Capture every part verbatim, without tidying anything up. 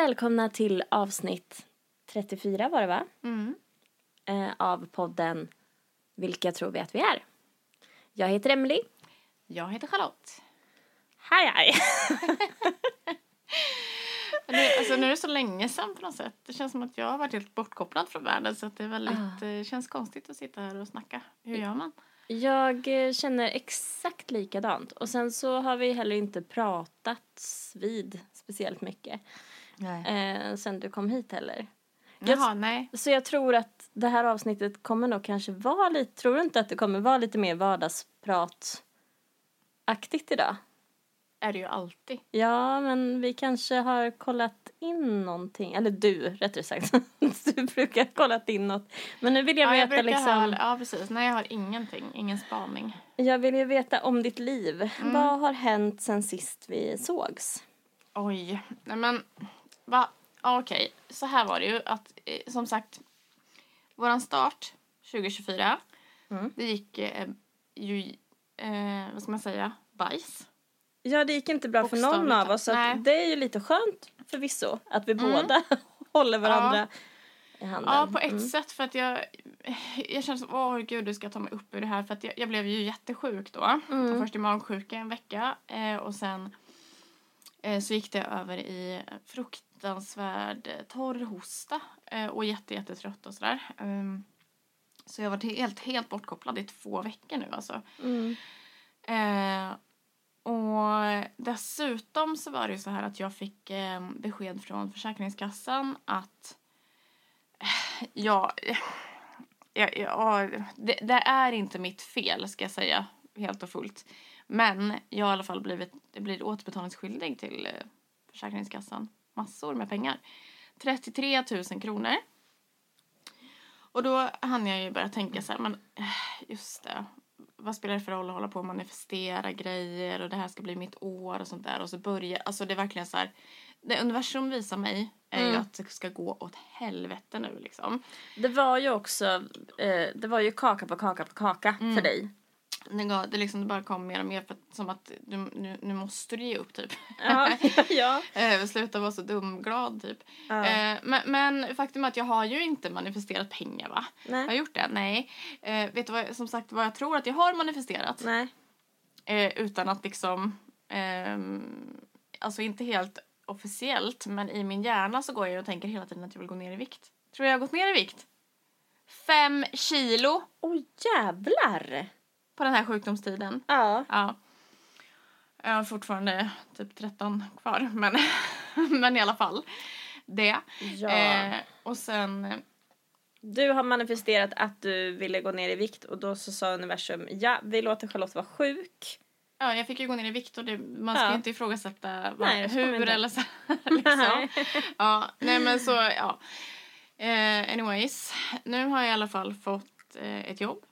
välkomna till avsnitt trettiofyra var det va? Mm. Eh, av podden Vilka tror vi att vi är? Jag heter Emily. Jag heter Charlotte. Hej hej! nu, alltså, nu är det så länge sedan på något sätt. Det känns som att jag har varit helt bortkopplad från världen. Så att det är väldigt, Ah. eh, känns konstigt att sitta här och snacka. Hur gör man? Jag eh, känner exakt likadant. Och sen så har vi heller inte pratats vid speciellt mycket. Nej. Eh, sen du kom hit heller. Jaha, Jag, nej. Så jag tror att det här avsnittet kommer nog kanske vara lite... Tror du inte att det kommer vara lite mer vardagsprataktigt idag? Är det ju alltid. Ja, men vi kanske har kollat in någonting. Eller du, rättare sagt. Du brukar ha kollat in något. Men nu vill jag ja, veta jag brukar liksom... Ha, ja, precis. Nej, jag har ingenting. Ingen spaning. Jag vill ju veta om ditt liv. Mm. Vad har hänt sen sist vi sågs? Oj. Nej, men... Va? Okej. Så här var det ju. Att, eh, som sagt, våran start tjugo tjugofyra. Mm. Det gick eh, ju... Eh, vad ska man säga? Bajs. Ja, det gick inte bra för någon av oss. Så att det är ju lite skönt förvisso att vi Mm. båda håller varandra Ja. i handen. Ja, på ett Mm. sätt för att jag... Jag kände som, åh gud, du ska ta mig upp ur det här. För att jag, jag blev ju jättesjuk då. Mm. Först i magsjuka en vecka. Eh, och sen eh, så gick det över i fruktansvärd eh, torr hosta. Eh, och jätte, jättetrött och sådär. Um, så jag har varit helt, helt bortkopplad i två veckor nu alltså. Mm. Eh, och dessutom så var det ju så här att jag fick eh, besked från Försäkringskassan att eh, ja, ja, ja det, det är inte mitt fel ska jag säga helt och fullt. Men jag har i alla fall blivit, det blir återbetalningsskyldig till eh, Försäkringskassan. Massor med pengar. trettiotre tusen kronor. Och då hann jag ju börja tänka så här, men just det. Vad spelar det för roll att hålla på och manifestera grejer och det här ska bli mitt år och sånt där. Och så börjar, alltså det är verkligen så här, det universum visar mig är Mm. ju att det ska gå åt helvete nu liksom. Det var ju också, eh, det var ju kaka på kaka på kaka Mm. för dig. Det, går, det, liksom, det bara kom mer och mer för att, som att du, nu, nu måste du ge upp typ. Ja, ja. eh, sluta vara så dumglad typ. Ja. Eh, men, men faktum är att jag har ju inte manifesterat pengar va? Nej. Har jag gjort det? Nej. Eh, vet du vad, som sagt vad jag tror att jag har manifesterat? Nej. Eh, utan att liksom, eh, alltså inte helt officiellt, men i min hjärna så går jag och tänker hela tiden att jag vill gå ner i vikt. Tror jag har gått ner i vikt? Fem kilo Åh oh, jävlar! på den här sjukdomstiden. Ja. Ja. Jag har fortfarande typ tretton kvar, men, men i alla fall det. Ja. Eh, och sen... Du har manifesterat att du ville gå ner i vikt och då så sa universum, ja, vi låter Charlotte vara sjuk. Ja, jag fick ju gå ner i vikt och det, man ska Ja. ju inte ifrågasätta vad, Nej, det ska man hur inte. eller så. Liksom. Ja, nej men så, ja. Eh, anyways, nu har jag i alla fall fått eh, ett jobb.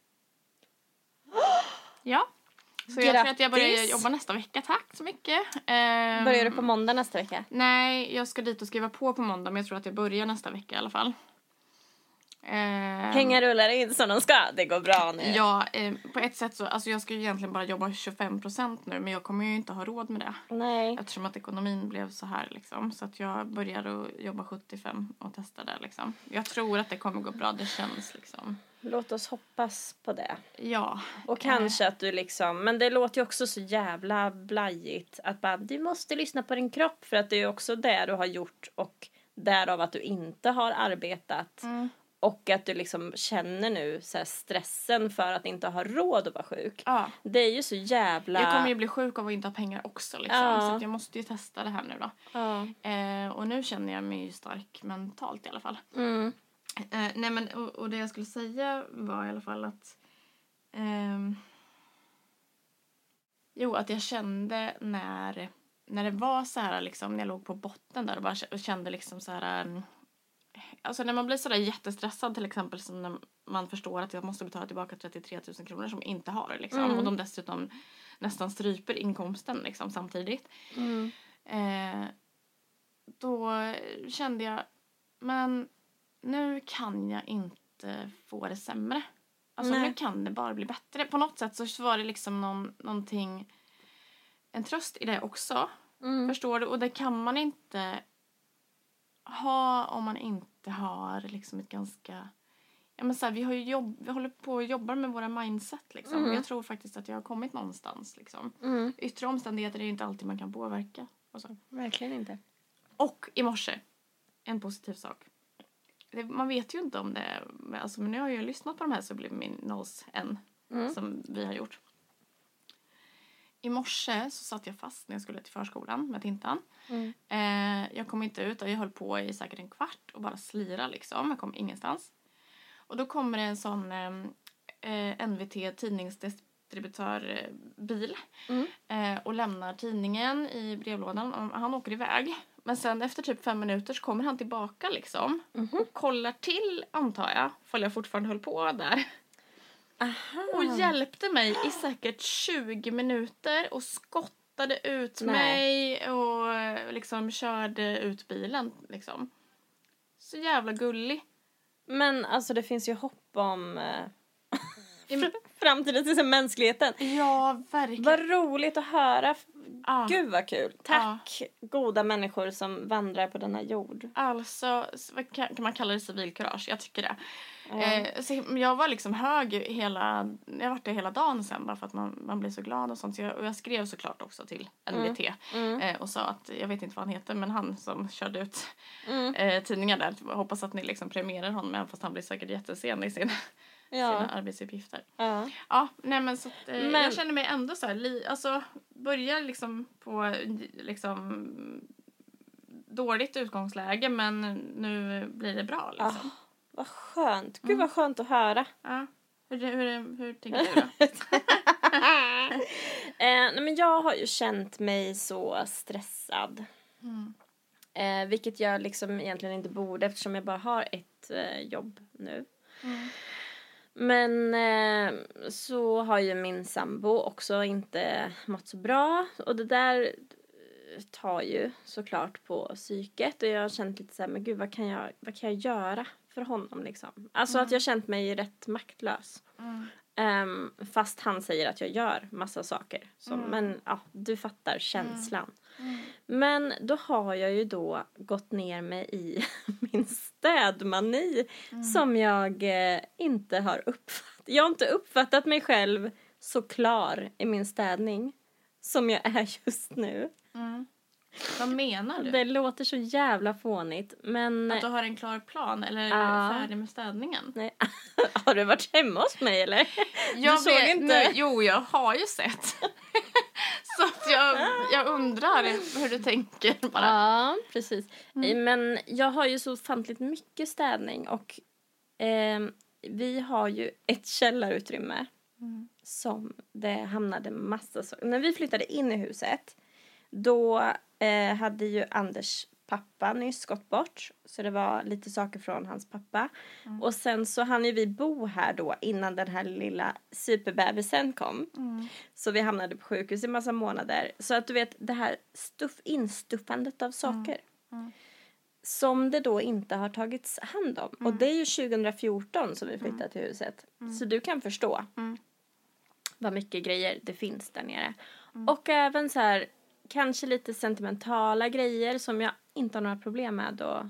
Ja. Så jag tror att jag börjar Grattis. jobba nästa vecka. Tack så mycket. Eh, Börjar du på måndag nästa vecka? Nej, jag ska dit och skriva på på måndag, men jag tror att jag börjar nästa vecka i alla fall. Eh, Pengar rullar in som de ska. Det går bra nu. Ja, eh, på ett sätt så, alltså jag ska ju egentligen bara jobba tjugofem procent nu, men jag kommer ju inte ha råd med det. Nej. Eftersom att ekonomin blev så här liksom. Så att jag började att jobba sjuttiofem och testa det liksom. Jag tror att det kommer gå bra, det känns liksom. Låt oss hoppas på det. Ja. Och kanske att du liksom, men det låter ju också så jävla blajigt att bara, du måste lyssna på din kropp för att det är också det du har gjort och därav att du inte har arbetat. Mm. Och att du liksom känner nu så här stressen för att inte ha råd att vara sjuk. Ja. Det är ju så jävla... Jag kommer ju bli sjuk av att inte ha pengar också liksom. Ja. Så att jag måste ju testa det här nu då. Ja. Eh, och nu känner jag mig ju stark mentalt i alla fall. Mm. Eh, nej men, och, och det jag skulle säga var i alla fall att... ehm, jo, att jag kände när, när det var så här liksom, när jag låg på botten där och bara kände liksom så här... Um, alltså när man blir sådär jättestressad till exempel, som när man förstår att jag måste betala tillbaka trettiotre tusen kronor som jag inte har liksom. Mm. Och de dessutom nästan stryper inkomsten liksom samtidigt. Mm. Eh, då kände jag, men nu kan jag inte få det sämre. Alltså Nej. nu kan det bara bli bättre. På något sätt så var det liksom någon, någonting, en tröst i det också. Mm. Förstår du? Och det kan man inte ha om man inte har liksom ett ganska... Ja, men så här, vi, har ju jobb, vi håller på och jobbar med våra mindset. Liksom. Mm. Jag tror faktiskt att jag har kommit någonstans. Liksom. Mm. Yttre omständigheter är inte alltid man kan påverka. Och, så. Verkligen inte. Och i morse, en positiv sak. Det, man vet ju inte om det... Alltså, men nu har jag ju lyssnat på de här subliminals än. Mm. Som vi har gjort. I morse så satt jag fast när jag skulle till förskolan med Tintan. Mm. Eh, jag kom inte ut och jag höll på i säkert en kvart och bara slira liksom. Jag kom ingenstans. Och då kommer det en sån eh, N V T tidningsdistributörbil Mm. eh, och lämnar tidningen i brevlådan. Och han åker iväg. Men sen efter typ fem minuter så kommer han tillbaka liksom. Mm-hmm. Och kollar till, antar jag, för jag fortfarande höll på där. Aha. Och hjälpte mig i säkert tjugo minuter och skottade ut Nej. mig och liksom körde ut bilen liksom. Så jävla gullig. Men alltså det finns ju hopp om eh, Ja, framtiden till mänskligheten. ja, verkligen. Vad roligt att höra. Ja. Gud vad kul. Tack goda människor som vandrar på denna jord. Alltså, vad kan, kan man kalla det civilkurage? Jag tycker det. Ja. Eh, så jag var liksom hög hela, jag var det hela dagen sen bara för att man, man blir så glad och sånt. Så jag, och jag skrev såklart också till N V T Mm. eh, och sa att, jag vet inte vad han heter, men han som körde ut Mm. eh, tidningar där. Hoppas att ni liksom premierar honom, även fast han blir säkert jättesen i sin, Ja. sina arbetsuppgifter. Ja. Ja, nej men så att, eh, Men- jag känner mig ändå så här, li, alltså börja liksom på liksom dåligt utgångsläge, men nu blir det bra liksom. Ah, vad skönt. Gud vad skönt att höra. Ja. Hur, hur, hur tänker du då? eh, nej, men jag har ju känt mig så stressad. Mm. Eh, vilket jag liksom egentligen inte borde eftersom jag bara har ett eh, jobb nu. Mm. Men eh, så har ju min sambo också inte mått så bra. Och det där tar ju såklart på psyket. Och jag har känt lite så här, men gud vad kan jag, vad kan jag göra för honom liksom? Alltså Mm. att jag har känt mig rätt maktlös. Mm. Um, fast han säger att jag gör massa saker. Så, Mm. Men ja, du fattar känslan. Mm. Men då har jag ju då gått ner mig i min städmani. Mm. Som jag eh, inte har uppfattat. Jag har inte uppfattat mig själv så klar i min städning. Som jag är just nu. Mm. Vad menar du? Det låter så jävla fånigt. Men Att du har en klar plan eller är Ja. du färdig med städningen? nej. Har du varit hemma hos mig eller? Jag såg vet, inte. Nu, jo, jag har ju sett. Så att jag, jag undrar hur du tänker bara. Ja, precis. Mm. Men jag har ju så ofantligt mycket städning. Och eh, vi har ju ett källarutrymme. Mm. Som det hamnade massa saker. När vi flyttade in i huset. Då eh, hade ju Anders pappa nyss gått bort. Så det var lite saker från hans pappa. Mm. Och sen så hann ju vi bo här då. Innan den här lilla superbebisen kom. Mm. Så vi hamnade på sjukhus i massa månader. Så att du vet, det här stuff, instuffandet av saker. Mm. Som det då inte har tagits hand om. Mm. Och det är ju tjugohundrafjorton som vi flyttade till huset. Mm. Så du kan förstå Mm. vad mycket grejer det finns där nere. Mm. Och även så här, kanske lite sentimentala grejer som jag inte har några problem med att,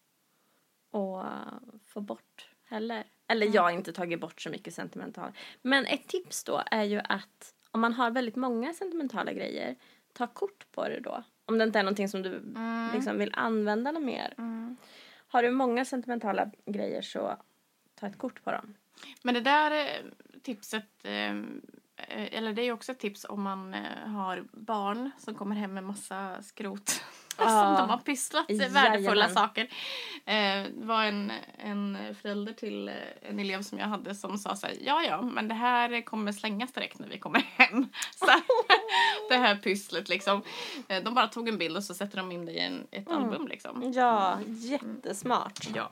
att få bort heller. Eller Mm. jag har inte tagit bort så mycket sentimentala. Men ett tips då är ju att om man har väldigt många sentimentala grejer, ta kort på det då. Om det inte är någonting som du Mm. liksom vill använda något mer. Mm. Har du många sentimentala grejer så ta ett kort på dem. Men det där eh, tipset, eh, eh, eller det är ju också ett tips om man eh, har barn som kommer hem med massa skrot. Ja. Som de har pysslat värdefulla Jajamän. saker. Eh, det var en, en förälder till eh, en elev som jag hade som sa så här, ja ja, men det här kommer slängas direkt när vi kommer hem. Så här, det här pysslet liksom. Eh, de bara tog en bild och så sätter de in det i en, ett Mm. album liksom. Ja, jättesmart. Ja.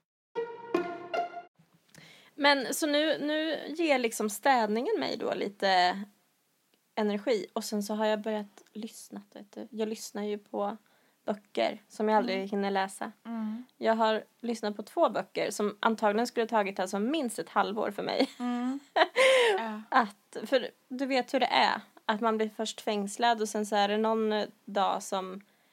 Men så nu, nu ger liksom städningen mig då lite energi. Och sen så har jag börjat lyssna. Vet du. Jag lyssnar ju på böcker som jag aldrig Mm. hinner läsa. Mm. Jag har lyssnat på två böcker som antagligen skulle tagit alltså minst ett halvår för mig. Mm. Ja. Att, för du vet hur det är. Att man blir först fängslad och sen så är det någon dag som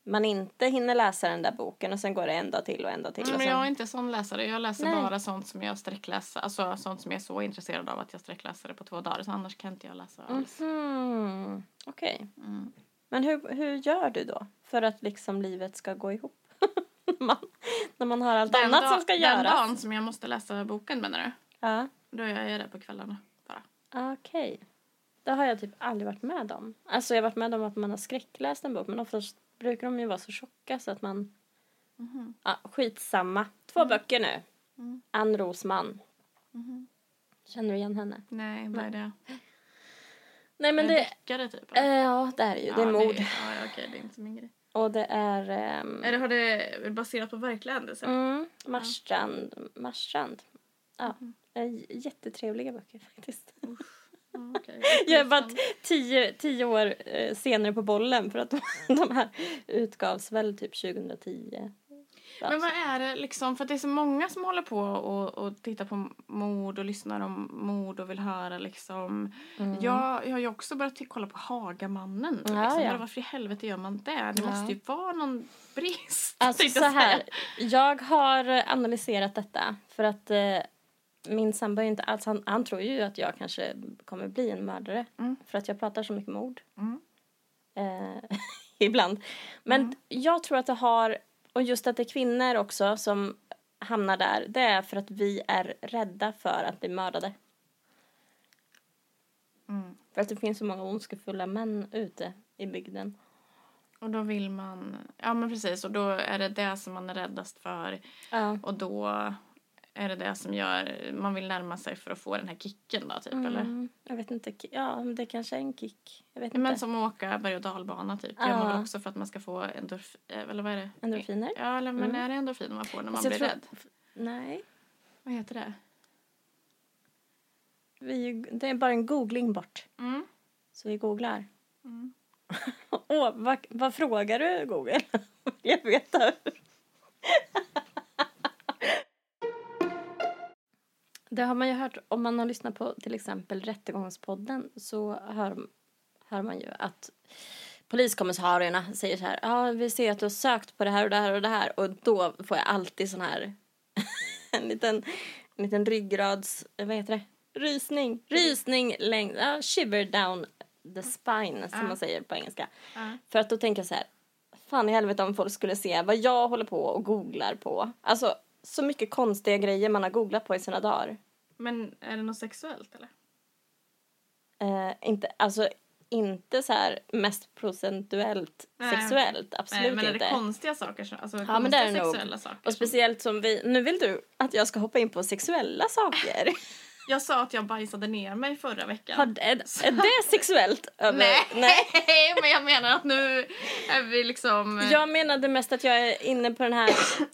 man inte hinner läsa den där boken och sen går det en dag till och en dag till. Mm, och men sen... jag är inte sån läsare. Jag läser Nej. bara sånt som jag sträckläser. Alltså sånt som jag är så intresserad av att jag sträckläser det på två dagar. Så annars kan inte jag läsa alls. Mm. Okej. Okay. Mm. Men hur, hur gör du då? För att liksom livet ska gå ihop. man, när man har allt Den annat dag, som ska den göras. Den dagen som jag måste läsa boken, menar du? Ja. Då gör jag det på kvällarna bara. Okej. Okay. Det har jag typ aldrig varit med om. Alltså jag har varit med om att man har skräckläst en bok. Men oftast brukar de ju vara så tjocka så att man... Mm-hmm. Ja, skitsamma. Två mm. böcker nu. Mm. Ann Rosman. Mm-hmm. Känner du igen henne? Nej, vad är det? Nej, men är det... det deckare typ? Äh, ja, det är det ju. Ja, det är mord. Det, ja, okej, det är inte så min grej. Och det är... Um... Är det, har det baserat på verkliga händelser? Mm, Marstrand. Marstrand. Ja, Mm. jättetrevliga böcker faktiskt. Okay. Jag är bara tio, tio år senare på bollen för att de, de här utgavs väl typ tjugohundratio. Men vad är det liksom, för att det är så många som håller på och, och tittar på mord och lyssnar om mord och vill höra liksom. Mm. Jag, jag har ju också börjat kolla på Hagamannen. Ja, liksom. ja. Varför i helvete gör man det? Det ja. måste ju vara någon brist. Alltså så här, jag har analyserat detta för att eh, min sambo är inte alls, han, han tror ju att jag kanske kommer bli en mördare. Mm. För att jag pratar så mycket mord. Mm. Eh, ibland. Men mm. jag tror att det har, och just att det är kvinnor också som hamnar där, det är för att vi är rädda för att bli mördade. Mm. För att det finns så många ondskefulla män ute i bygden. Och då vill man, ja men precis, och då är det det som man är räddast för. Ja. Och då är det det som gör, man vill närma sig för att få den här kicken då typ, mm. eller? Jag vet inte, ja det kanske är en kick. Jag vet men inte. som att åka berg- och dalbana typ. Ja. Gör man väl också för att man ska få endorf, eller vad är det? Endorfiner? Ja, eller, men mm. är det endorfiner man får när man blir tror... rädd? Nej. Vad heter det? Vi, det är bara en googling bort. Mm. Så vi googlar. Mm. Åh, oh, vad, vad frågar du Google? Jag vet hur. Det har man ju hört, om man har lyssnat på till exempel Rättegångspodden så hör, hör man ju att poliskommissarierna säger så här, ja vi ser att du har sökt på det här och det här och det här, och då får jag alltid sån här en liten, en liten ryggrads, vad heter det? Rysning, rysning längs, ja, shiver down the spine som uh. man säger på engelska. Uh. För att då tänker jag så här, fan i helvete om folk skulle se vad jag håller på och googlar på. Alltså så mycket konstiga grejer man har googlat på i sina dagar. Men är det något sexuellt eller? Eh, inte, alltså inte så här mest procentuellt nej, sexuellt, absolut inte. Men är inte. det konstiga saker? Alltså ja, konstiga men det är sexuella nog. saker? Och speciellt som vi, nu vill du att jag ska hoppa in på sexuella saker. Jag sa att jag bajsade ner mig förra veckan. Har, är, är det sexuellt? Över? Nej. Nej, men jag menar att nu är vi liksom... Jag menade mest att jag är inne på den här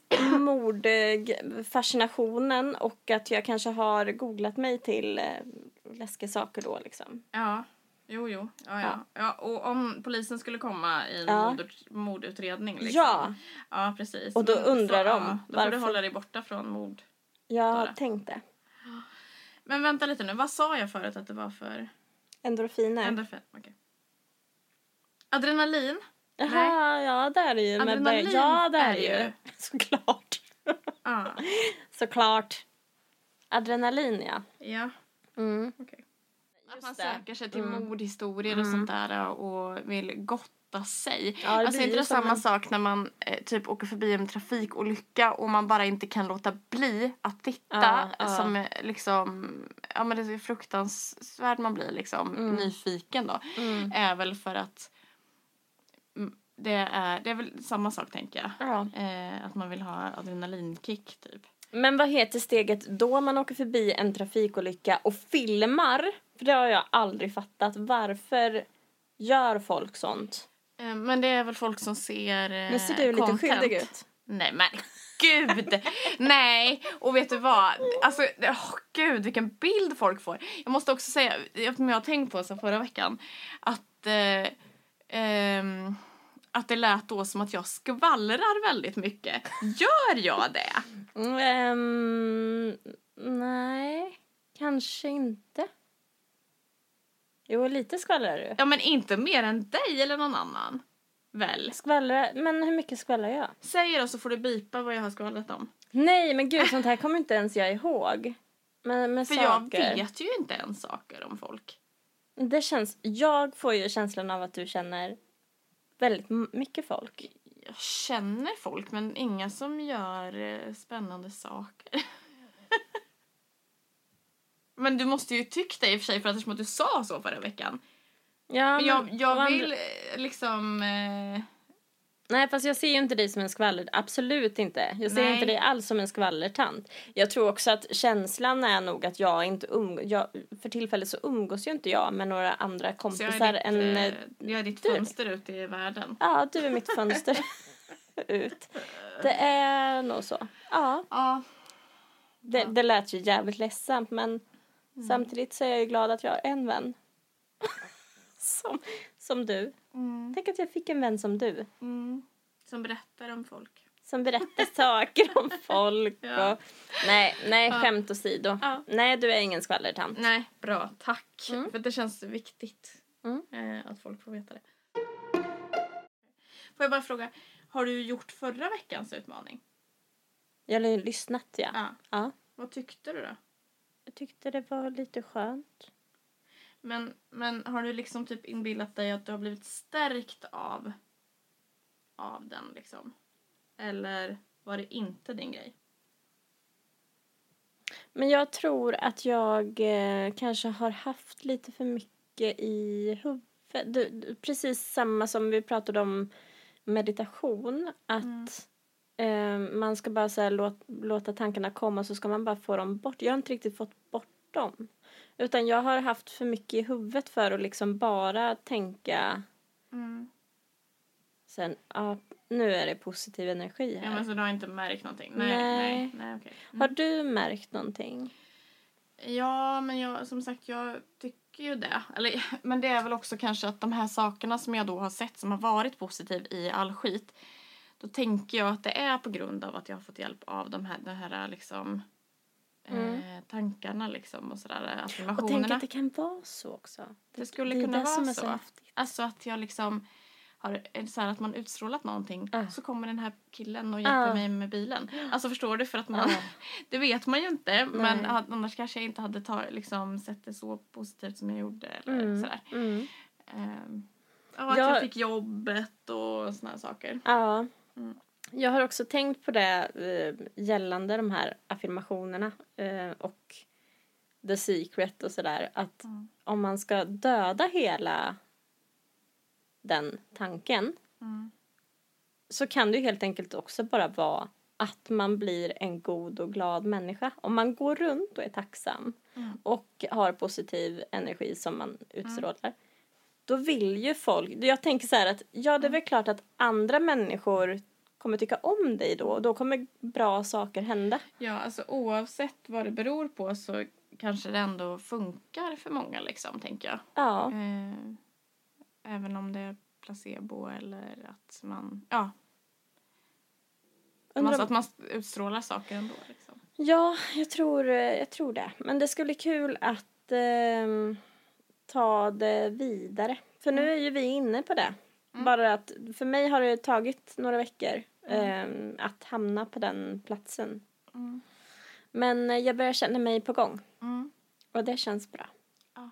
mordfascinationen och att jag kanske har googlat mig till äh, läskiga saker då liksom. Ja, jo, jo. Ja, ja. Ja. Ja, och om polisen skulle komma i en ja. mord, mordutredning liksom. Ja. Ja, precis. Och då men, undrar så, de ja, då varför... får du hålla dig borta från mord. Jag tänkte. Men vänta lite nu, vad sa jag förut att det var för? Endorfiner. Endorfin, okej. Okay. Adrenalin? Jaha, ja det är det ju. Adrenalin med ja, det är, är det ju. ju. Såklart. Ah. Såklart. Adrenalin, ja. Ja. Mm. Okej. Okay. Att man söker sig till mm. mordhistorier och mm. sånt där och vill gotta sig. Ja, alltså inte det samma en... sak när man eh, typ åker förbi en trafikolycka och man bara inte kan låta bli att titta. Ja, som ja. liksom, ja men det är fruktansvärt man blir liksom mm. nyfiken då. Mm. Är väl för att det är, det är väl samma sak tänker jag. Ja. Eh, att man vill ha adrenalinkick typ. Men vad heter steget då man åker förbi en trafikolycka och filmar? För det har jag aldrig fattat. Varför gör folk sånt? Eh, men det är väl folk som ser eh, Nu ser du content. lite skyldig ut. Nej men gud. Nej. Och vet du vad? Alltså oh, gud vilken bild folk får. Jag måste också säga, eftersom jag har tänkt på så förra veckan. Att eh, eh, att det lät då som att jag skvallrar väldigt mycket. Gör jag det? Um, nej, kanske inte. Jo, lite skvallrar du. Ja, men inte mer än dig eller någon annan. Väl? Skvallra, men hur mycket skvallrar jag? Säg då så får du bipa vad jag har skvallrat om. Nej, men gud, sånt här kommer inte ens jag ihåg. Men, med För saker. jag vet ju inte ens saker om folk. Det känns, jag får ju känslan av att du känner väldigt m- mycket folk. Jag känner folk, men inga som gör eh, spännande saker. Men du måste ju tycka det i och för sig, för att, att du sa så förra veckan. Ja, Men jag, jag och vill andra- eh, liksom... Eh, Nej, fast jag ser ju inte dig som en skvaller. Absolut inte. Jag ser Nej. inte dig alls som en skvallertant. Jag tror också att känslan är nog att jag inte umgås... Jag, för tillfället så umgås ju inte jag med några andra så jag kompisar är ditt, än... eh, eh, jag är ditt du. fönster ut i världen. Ja, du är mitt fönster ut. Det är nog så. Ja, Ja. det, det lät ju jävligt ledsamt, men Mm. samtidigt så är jag ju glad att jag har en vän. som, som du. Mm. Tänk att jag fick en vän som du. Mm. Som berättar om folk. Som berättar saker om folk. Ja. Och... Nej, nej, Ja. skämt åsido. Ja. Nej, du är ingen skvallertant. Nej, bra. Tack. Mm. För det känns viktigt Mm. eh, att folk får veta det. Får jag bara fråga, har du gjort förra veckans utmaning? Jag har ju lyssnat, ja. Ja. ja. Vad tyckte du då? Jag tyckte det var lite skönt. Men, men har du liksom typ inbillat dig att du har blivit stärkt av, av den liksom? Eller var det inte din grej? Men jag tror att jag eh, kanske har haft lite för mycket i huvudet. Du, du, precis samma som vi pratade om meditation. Att Mm. eh, man ska bara så här, låt, låta tankarna komma, så ska man bara få dem bort. Jag har inte riktigt fått bort dem. Utan jag har haft för mycket i huvudet för att liksom bara tänka Mm. sen, ja, nu är det positiv energi här. Ja, men så du har inte märkt någonting? Nej, Nej. nej, nej, okej. Har du märkt någonting? Ja, men jag, som sagt, jag tycker ju det. Eller, men det är väl också kanske att de här sakerna som jag då har sett som har varit positiv i all skit, då tänker jag att det är på grund av att jag har fått hjälp av de här, de här liksom, Mm. eh, tankarna liksom och sådär, Och affirmationerna. tänk att det kan vara så också. Det skulle det är kunna det vara som är så. så häftigt. Alltså att jag liksom har är det så här att man utstrålat någonting, Ja. så kommer den här killen och hjälper Ja. mig med bilen. Alltså förstår du, för att man Ja. det vet man ju inte, men Nej. ha- annars kanske jag inte hade ta, liksom sett det så positivt som jag gjorde eller Mm. sådär. Mm. Ehm, ja, att Jag- jag fick jobbet och såna här saker. Ja. Mm. Jag har också tänkt på det eh, gällande de här affirmationerna eh, och The Secret och sådär. Att Mm. om man ska döda hela den tanken, Mm. så kan det ju helt enkelt också bara vara att man blir en god och glad människa. Om man går runt och är tacksam Mm. och har positiv energi som man utstrålar, då vill ju folk... Jag tänker så här att ja, det är väl klart att andra människor kommer tycka om dig då. Och då kommer bra saker hända. Ja, alltså oavsett vad det beror på så kanske det ändå funkar för många liksom, tänker jag. Ja, Eh, även om det är placebo eller att man, ja, undrar man, om- att man utstrålar saker ändå liksom. ja jag, tror, eh, jag tror det. Men det skulle bli kul att ehm, ta det vidare. För nu är ju vi inne på det. Mm. Bara att för mig har det tagit några veckor ehm, att hamna på den platsen. Mm. Men eh, jag börjar känna mig på gång. Mm. Och det känns bra. Ja.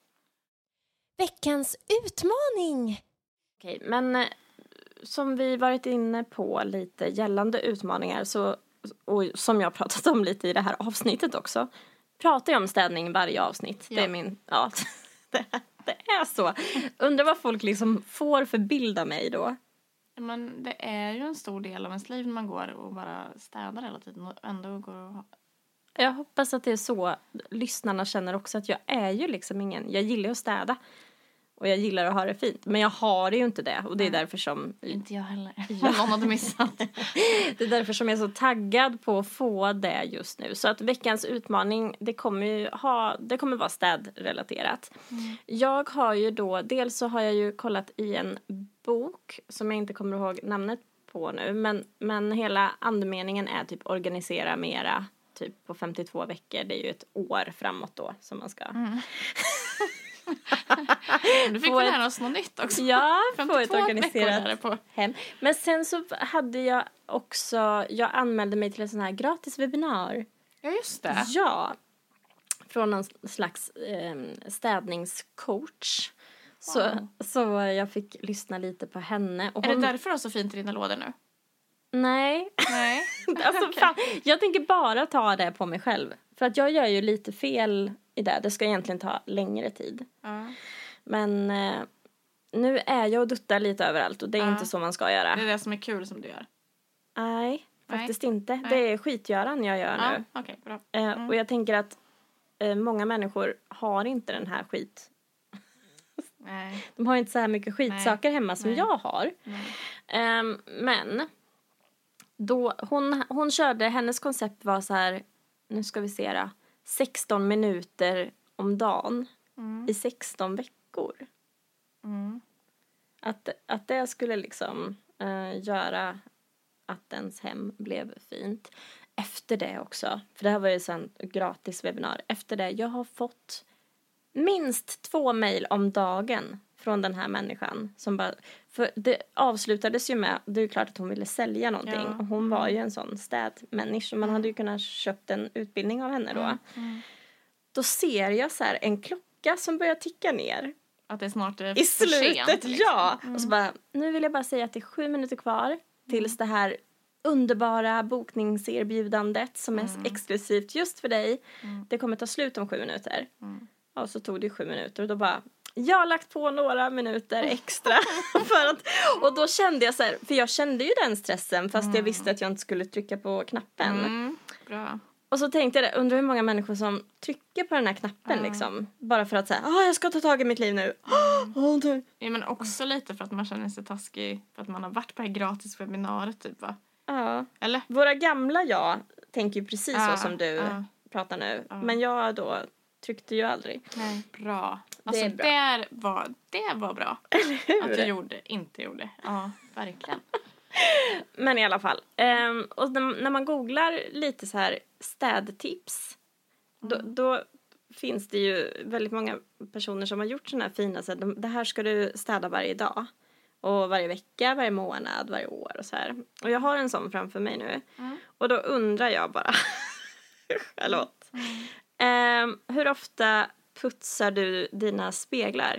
Veckans utmaning! Okej, men eh, som vi varit inne på lite gällande utmaningar, så, och som jag pratat om lite i det här avsnittet också, pratar jag om städning varje avsnitt. Ja. Det är min... Ja, det, det är så. Undrar vad folk liksom får för bild av mig då. Men det är ju en stor del av ens liv när man går och bara städar hela tiden och ändå går och... Jag hoppas att det är så lyssnarna känner också, att jag är ju liksom ingen... Jag gillar att städa. Och jag gillar att ha det fint. Men jag har det ju inte det. Och det är Nej. därför som... Inte jag heller. Ja. Någon hade missat. Det är därför som jag är så taggad på att få det just nu. Så att veckans utmaning, det kommer ju ha... Det kommer vara städrelaterat. Mm. Jag har ju då... Dels så har jag ju kollat i en bok som jag inte kommer ihåg namnet på nu. Men, men hela andemeningen är typ organisera mera. Typ på femtiotvå veckor. Det är ju ett år framåt då som man ska... Mm. Du fick Få väl ett- lära oss något nytt också. Ja, få ett femtiotvå organiserat veckor är det på. hem. Men sen så hade jag också, jag anmälde mig till en sån här gratis webbinar. Ja, just det. Ja, från någon slags eh, städningscoach. Så, Wow. så jag fick lyssna lite på henne. Och Är hon, det därför du har så fint i dina lådor nu? Nej, Nej. alltså Okej. fan, jag tänker bara ta det på mig själv. För att jag gör ju lite fel i det. Det ska egentligen ta längre tid. Ja. Men eh, nu är jag och duttar lite överallt och det är Ja. inte så man ska göra. Det är det som är kul som du gör. Nej, faktiskt inte. Nej. Det är skitgöran jag gör Ja, nu. okej, bra. Eh, Mm. Och jag tänker att eh, många människor har inte den här skit. Nej. De har inte så här mycket skitsaker hemma som Nej. jag har. Nej. Ehm, men då, hon, hon körde, hennes koncept var så här, nu ska vi se då, sexton minuter om dagen Mm. i sexton veckor. Mm. Att, att det skulle liksom eh, göra att ens hem blev fint. Efter det också, för det här var ju en gratis webbinar. Efter det, jag har fått minst två mejl om dagen från den här människan. Som bara, för det avslutades ju med, det är ju klart att hon ville sälja någonting. Ja. Och hon var ju en sån städmänniska. Så man Mm. hade ju kunnat köpt en utbildning av henne då. Mm. Mm. Då ser jag så här en klocka som börjar ticka ner. Att det snart är I för slutet, sent, liksom. ja! Mm. Och så bara, nu vill jag bara säga att det är sju minuter kvar tills det här underbara bokningserbjudandet som är Mm. exklusivt just för dig. Mm. Det kommer ta slut om sju minuter. Mm. Och så tog det sju minuter och då bara, jag har lagt på några minuter extra. för att, och då kände jag så här, för jag kände ju den stressen fast jag visste att jag inte skulle trycka på knappen. Mm. Bra. Och så tänkte jag, undrar hur många människor som trycker på den här knappen Ja. liksom. Bara för att säga, ah, jag ska ta tag i mitt liv nu. Oh, nu. Ja, men också lite för att man känner sig taskig för att man har varit på det här gratis webbinariet typ, va? Ja. Eller? Våra gamla jag tänker ju precis Ja, så som du ja. pratar nu. Ja. Men jag då tryckte ju aldrig. Nej. Bra. Alltså, är det, bra. var, det var bra. hur? Att du gjorde, inte gjorde. Ja, verkligen. Men i alla fall. Ehm, och när, när man googlar lite så här städtips. Då, då finns det ju väldigt många personer som har gjort sådana här fina. Så här, de, det här ska du städa varje dag. Och varje vecka, varje månad, varje år och så här. Och jag har en sån framför mig nu. Mm. Och då undrar jag bara. Charlotte. Mm. Ehm, hur ofta putsar du dina speglar?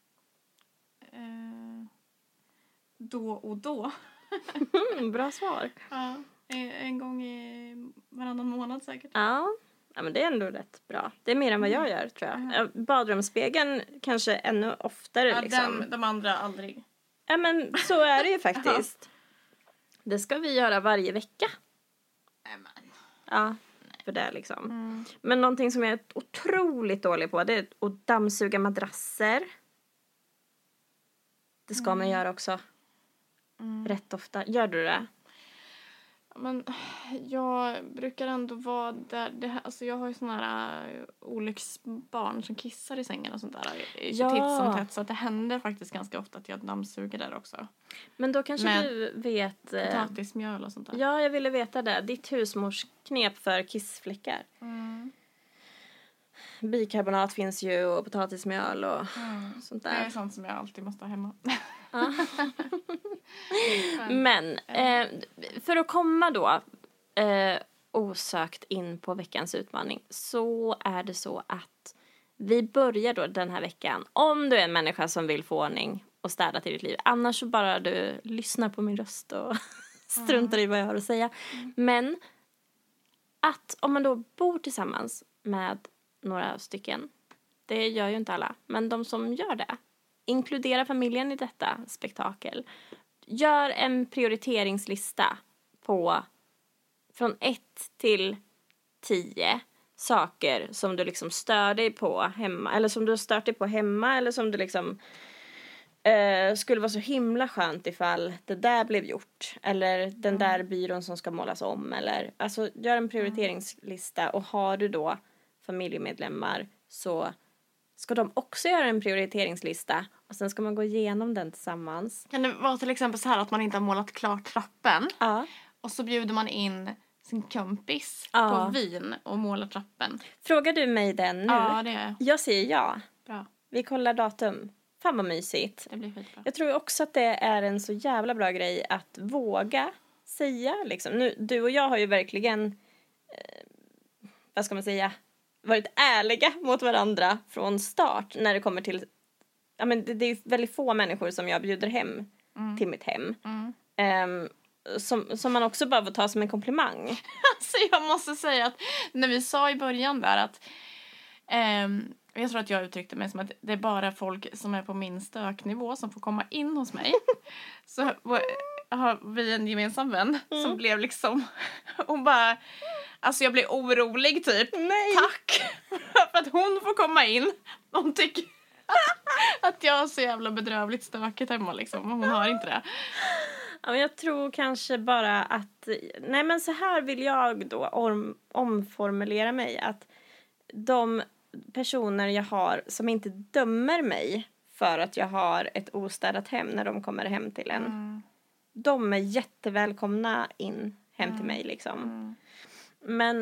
Eh, då och då. Mm, bra svar. Ja, en en gång i varannan månad säkert. Ja. Ja, men det är ändå rätt bra. Det är mer än vad jag gör, tror jag. Ja, badrumsspegeln kanske ännu oftare, Ja, liksom. den, de andra aldrig. Ja, men så är det ju faktiskt. Det ska vi göra varje vecka. Nämen. Ja, för det liksom. Mm. Men någonting som jag är otroligt dålig på, det är att dammsuga madrasser. Det ska man göra också. Mm. Rätt ofta. Gör du det? Men jag brukar ändå vara där. Det här, alltså jag har ju såna här uh, olycksbarn som kissar i sängen och sånt där. Ja. Titt som tätt, så att det händer faktiskt ganska ofta att jag dammsuger där också. Men då kanske Men- du vet... eh, Potatismjöl och sånt där. Ja, jag ville veta det. Ditt husmorsknep för kissfläckar. Mm. Bikarbonat finns ju och potatismjöl och Mm. sånt Det är där. sånt som jag alltid måste ha hemma. Ja. Men eh, för att komma då eh, osökt in på veckans utmaning så är det så att vi börjar då den här veckan. Om du är en människa som vill få ordning och städa till ditt liv. Annars så bara du lyssnar på min röst och struntar i vad jag har att säga. Men att om man då bor tillsammans med några stycken. Det gör ju inte alla. Men de som gör det. Inkludera familjen i detta spektakel. Gör en prioriteringslista på från ett till tio saker som du liksom stör dig på hemma. Eller som du har stört dig på hemma. Eller som du liksom eh, skulle vara så himla skönt ifall det där blev gjort. Eller den där byrån som ska målas om. Eller, alltså gör en prioriteringslista. Och har du då familjemedlemmar så ska de också göra en prioriteringslista. Och sen ska man gå igenom den tillsammans. Kan det vara till exempel så här att man inte har målat klart trappen? Ja. Och så bjuder man in sin kompis Ja. på vin och målar trappen. Frågar du mig den nu? Ja, det är Jag säger ja. bra. vi kollar datum. Fan vad mysigt. Det blir skitbra. Jag tror också att det är en så jävla bra grej att våga säga. Liksom. Nu, du och jag har ju verkligen, eh, vad ska man säga, varit ärliga mot varandra från start när det kommer till, ja men det, det är ju väldigt få människor som jag bjuder hem mm. till mitt hem. Mm. Um, som, som man också bara får ta som en komplimang. Alltså jag måste säga att när vi sa i början där att um, jag tror att jag uttryckte mig som att det är bara folk som är på min stöknivå som får komma in hos mig. Så har vi en gemensam vän mm. som blev liksom, hon bara, alltså jag blir orolig typ. Nej. Tack för att hon får komma in. Hon tycker att, att jag har så jävla bedrövligt stökigt hemma liksom. Hon har inte det. Ja, men jag tror kanske bara att, nej men så här vill jag då om, omformulera mig. Att de personer jag har som inte dömer mig för att jag har ett ostädat hem när de kommer hem till en. Mm. De är jättevälkomna in hem mm. till mig liksom. Mm. Men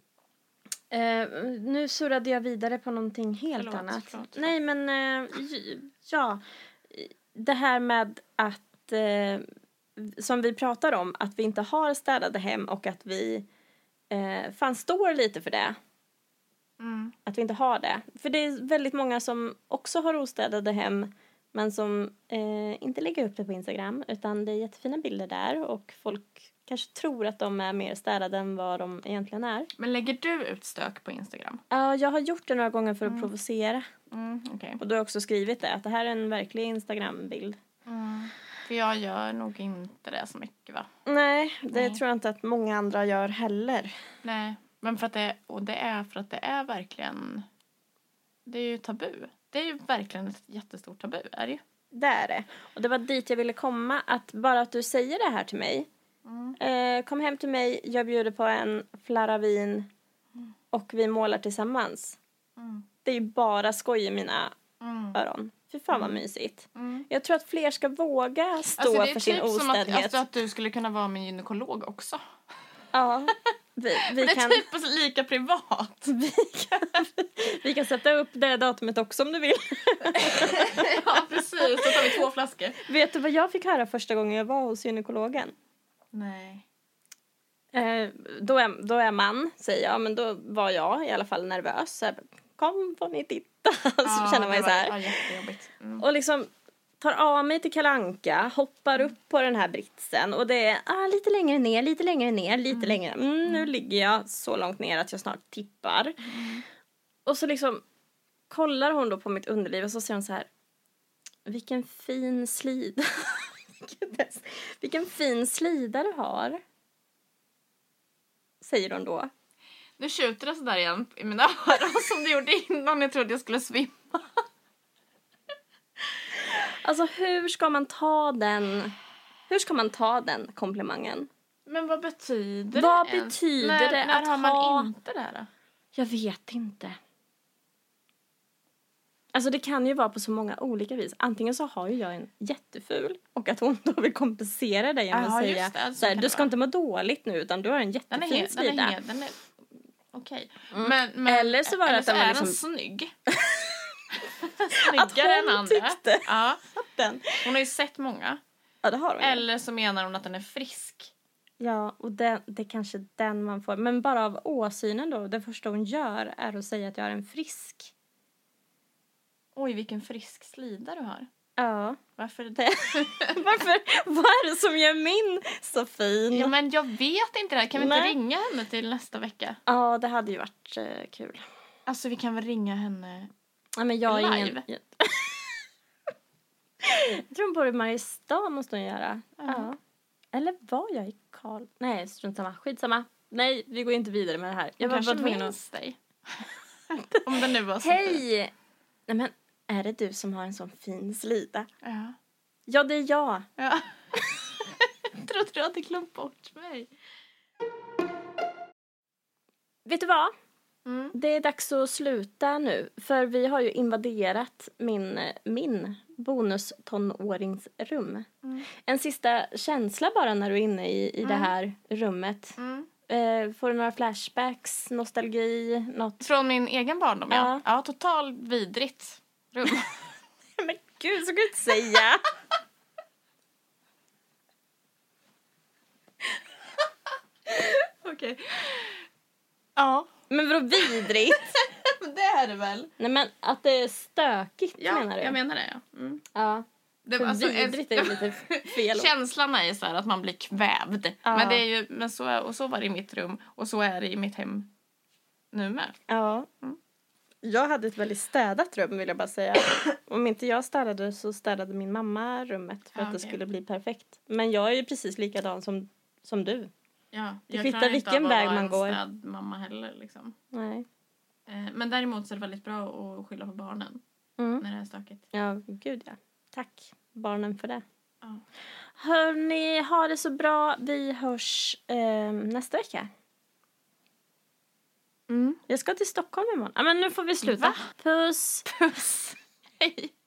eh, nu surrade jag vidare på någonting helt förlåt, annat. Förlåt. Nej men eh, ja, det här med att eh, som vi pratar om, att vi inte har städade hem och att vi eh, fan står lite för det. Mm. Att vi inte har det. För det är väldigt många som också har ostädade hem men som eh, inte lägger upp det på Instagram utan det är jättefina bilder där och folk kanske tror att de är mer städade än vad de egentligen är. Men lägger du ut stök på Instagram? Ja, uh, jag har gjort det några gånger för att mm. provocera. Mm, okay. Och då har jag också skrivit det, att det här är en verklig Instagram-bild. Mm. För jag gör nog inte det så mycket va? Nej, det Nej. tror jag inte att många andra gör heller. Nej, men för att det, och det är för att det är verkligen, det är ju tabu. Det är ju verkligen ett jättestort tabu, är det ju? Det är det. Och det var dit jag ville komma, att bara att du säger det här till mig. Mm. Eh, kom hem till mig, jag bjuder på en flarra vin mm. och vi målar tillsammans. Mm. Det är ju bara skoj i mina mm. öron. Fy fan vad mysigt. Mm. Jag tror att fler ska våga stå alltså, för sin typ ostädlighet. Det är typ som att, alltså, att du skulle kunna vara min gynekolog också. Ja. Vi, vi det är kan, typ lika privat. Vi kan, vi kan sätta upp det datumet också om du vill. Ja, precis. Så tar vi två flaskor. Vet du vad jag fick höra första gången jag var hos gynekologen? Nej. Eh, då, är, då är man, säger jag. Men då var jag i alla fall nervös. Så här, kom, får ni titta. Så ja, känner man ju så här. Ja, jättejobbigt. Mm. Och liksom tar av mig till Kalle Anka, hoppar upp på den här britsen och det är ah, lite längre ner, lite längre ner, lite mm. längre. Mm, nu ligger jag så långt ner att jag snart tippar. Mm. Och så liksom kollar hon då på mitt underliv och så säger hon så här: vilken fin slida. Vilken fin slida du har. Säger hon då. Nu tjuter det sådär igen i mina öron som du gjorde innan jag trodde jag skulle svimma. Alltså hur ska man ta den Hur ska man ta den komplimangen? Men vad betyder vad det? Vad betyder när, det när att har man ha... inte det då? Jag vet inte. Alltså det kan ju vara på så många olika vis. Antingen så har ju jag en jätteful och att hon då vill kompensera dig genom att säga det, så här, du ska inte må dåligt nu utan du har en jättefin den är helt, sida. Den är, den är okej. Okay. Mm. Men, men, eller så var det eller att så den var är liksom... den snygg. Att hon tyckte ja. att den... Hon har ju sett många. Ja, det har hon. Eller så menar hon att den är frisk. Ja, och det, det är kanske den man får. Men bara av åsynen då, det första hon gör är att säga att jag är en frisk. Oj, vilken frisk slida du har. Ja. Varför är det? Varför? Vad är det som gör min så fin? Ja, men jag vet inte det här. Kan vi Nej. inte ringa henne till nästa vecka? Ja, det hade ju varit uh, kul. Alltså, vi kan väl ringa henne... Ja, men jag är live. Ingen... jag tror hon bor i Mariestad måste hon göra. Uh-huh. Ja. Eller var jag i Karl? Nej, strunt samma. Skitsamma. Nej, vi går inte vidare med det här. Jag var bara tvungen att... dig. Om det nu var så. Hej! Nej, men är det du som har en sån fin slida? Ja. Ja, det är jag. Ja. Tror du att du glömt bort mig? Vet du vad? Mm. Det är dags att sluta nu. För vi har ju invaderat min, min bonustonåringsrum. Mm. En sista känsla bara när du är inne i, i mm. det här rummet. Mm. Eh, får du några flashbacks, nostalgi, något? Från min egen barndom, ja. Ja, ja total vidrigt. rum. Men gud, så kan du inte säga. Okej. Ja. Men vadå vidrigt? Det är det väl? Nej, men att det är stökigt Ja, menar du? jag menar det. Ja. Mm. Ja. Det, För alltså, vidrigt är lite fel. Känslan är ju så här att man blir kvävd. Ja. Men det är ju, men så, och så var det i mitt rum. Och så är det i mitt hem nu med. Ja. Mm. Jag hade ett väldigt städat rum vill jag bara säga. Om inte jag städade så städade min mamma rummet för Ja, att det okej. skulle bli perfekt. Men jag är ju precis likadan som, som du. Ja, Det jag kvittar klarar inte vilken av att väg vara man en går. städmamma heller liksom. Nej. Eh, Men däremot så är det väldigt bra att skylla på barnen Mm. när det är stökigt. Ja, gud ja. Tack barnen för det. Ja. Hörni, ha det så bra. Vi hörs eh, nästa vecka. Mm. Jag ska till Stockholm imorgon. Ja, men nu får vi sluta. Va? Puss. Puss. Hej.